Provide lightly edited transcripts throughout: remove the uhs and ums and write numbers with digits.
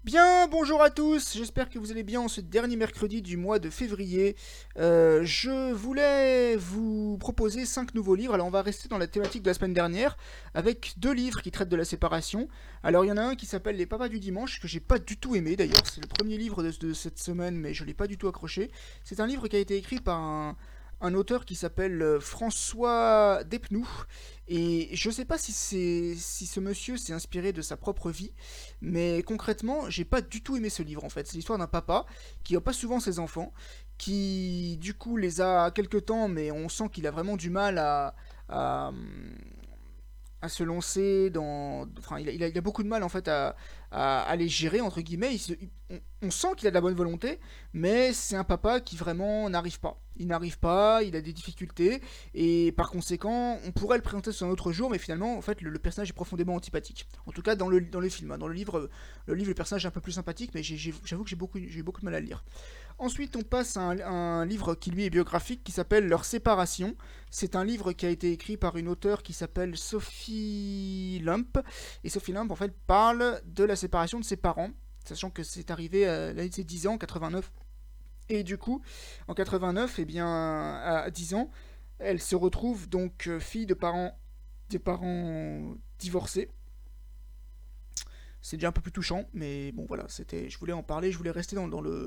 Bien, bonjour à tous, j'espère que vous allez bien en ce dernier mercredi du mois de février. Je voulais vous proposer 5 nouveaux livres. Alors on va rester dans la thématique de la semaine dernière avec 2 livres qui traitent de la séparation. Alors il y en a un qui s'appelle Les Papas du Dimanche, que j'ai pas du tout aimé d'ailleurs, c'est le premier livre de cette semaine mais je l'ai pas du tout accroché. C'est un livre qui a été écrit par un auteur qui s'appelle François Despnous. Et je sais pas si ce monsieur s'est inspiré de sa propre vie, mais concrètement, j'ai pas du tout aimé ce livre en fait. C'est l'histoire d'un papa qui voit pas souvent ses enfants, qui du coup les a quelque temps, mais on sent qu'il a vraiment du mal à, à se lancer dans. Enfin, il a beaucoup de mal en fait à les gérer, entre guillemets. On sent qu'il a de la bonne volonté, mais c'est un papa qui vraiment n'arrive pas. Il n'arrive pas, il a des difficultés, et par conséquent, on pourrait le présenter sur un autre jour, mais finalement, en fait, le personnage est profondément antipathique. En tout cas, dans le film. Hein. Dans le livre, le personnage est un peu plus sympathique, mais j'avoue que j'ai beaucoup de mal à le lire. Ensuite, on passe à un livre qui lui est biographique, qui s'appelle Leur séparation. C'est un livre qui a été écrit par une auteure qui s'appelle Sophie Lump. Et Sophie Lump, en fait, parle de la séparation de ses parents, sachant que c'est arrivé à l'année de ses 10 ans, en 89. Et du coup, en 89, eh bien, à 10 ans, elle se retrouve donc fille des parents divorcés. C'est déjà un peu plus touchant, mais bon voilà, je voulais en parler, je voulais rester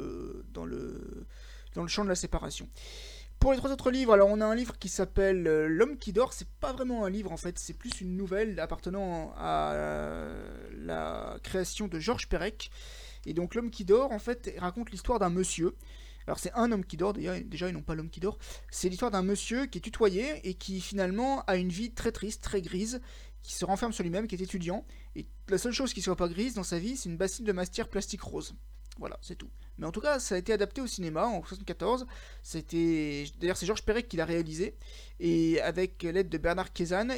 dans le champ de la séparation. Pour les 3 autres livres, alors on a un livre qui s'appelle L'homme qui dort. C'est pas vraiment un livre en fait, c'est plus une nouvelle appartenant à la création de Georges Perec. Et donc L'homme qui dort en fait raconte l'histoire d'un monsieur. Alors c'est un homme qui dort déjà et non pas l'homme qui dort. C'est l'histoire d'un monsieur qui est tutoyé et qui finalement a une vie très triste, très grise, qui se renferme sur lui-même, qui est étudiant. Et la seule chose qui soit pas grise dans sa vie, c'est une bassine de matière plastique rose. Voilà, c'est tout. Mais en tout cas, ça a été adapté au cinéma en 1974. D'ailleurs, c'est Georges Perec qui l'a réalisé. Et avec l'aide de Bernard Kézanne,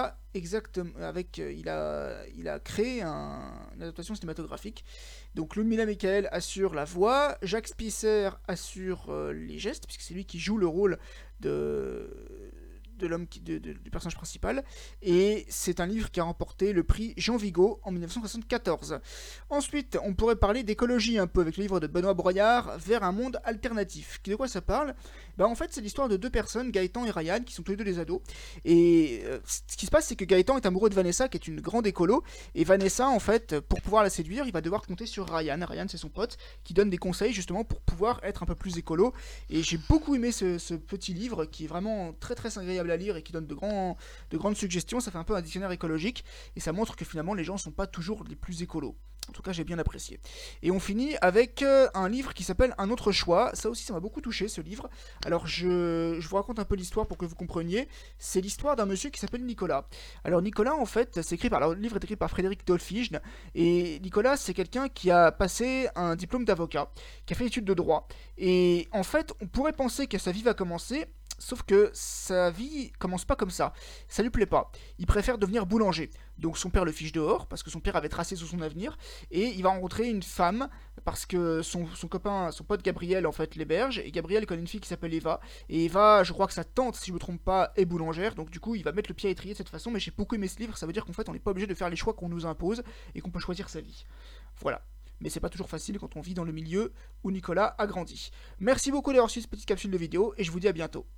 il a créé une adaptation cinématographique. Donc Ludmilla Michael assure la voix, Jacques Spicer assure les gestes, puisque c'est lui qui joue le rôle de, du personnage principal. Et c'est un livre qui a remporté le prix Jean Vigo en 1974. Ensuite, on pourrait parler d'écologie un peu avec le livre de Benoît Broyard, Vers un monde alternatif. De quoi ça parle? En fait, c'est l'histoire de 2 personnes, Gaëtan et Ryan, qui sont tous les deux des ados. Et ce qui se passe, c'est que Gaëtan est amoureux de Vanessa, qui est une grande écolo. Et Vanessa, en fait, pour pouvoir la séduire, il va devoir compter sur Ryan. Ryan, c'est son pote, qui donne des conseils justement pour pouvoir être un peu plus écolo. Et j'ai beaucoup aimé ce petit livre, qui est vraiment très très agréable à lire et qui donne de grandes suggestions. Ça fait un peu un dictionnaire écologique. Et ça montre que finalement, les gens sont pas toujours les plus écolos. En tout cas, j'ai bien apprécié. Et on finit avec un livre qui s'appelle Un autre choix. Ça aussi, ça m'a beaucoup touché, ce livre. Alors, je vous raconte un peu l'histoire pour que vous compreniez. C'est l'histoire d'un monsieur qui s'appelle Nicolas. Alors, Nicolas, en fait, alors, le livre est écrit par Frédéric Dolphige. Et Nicolas, c'est quelqu'un qui a passé un diplôme d'avocat, qui a fait études de droit. Et en fait, on pourrait penser que sa vie va commencer. Sauf que sa vie commence pas comme ça. Ça lui plaît pas. Il préfère devenir boulanger. Donc son père le fiche dehors, parce que son père avait tracé sur son avenir. Et il va rencontrer une femme, parce que son pote Gabriel, en fait, l'héberge. Et Gabriel connaît une fille qui s'appelle Eva. Et Eva, je crois que sa tante, si je me trompe pas, est boulangère. Donc du coup, il va mettre le pied à l'étrier de cette façon. Mais j'ai beaucoup aimé ce livre. Ça veut dire qu'en fait, on n'est pas obligé de faire les choix qu'on nous impose. Et qu'on peut choisir sa vie. Voilà. Mais c'est pas toujours facile quand on vit dans le milieu où Nicolas a grandi. Merci beaucoup d'avoir suivi cette petite capsule de vidéo. Et je vous dis à bientôt.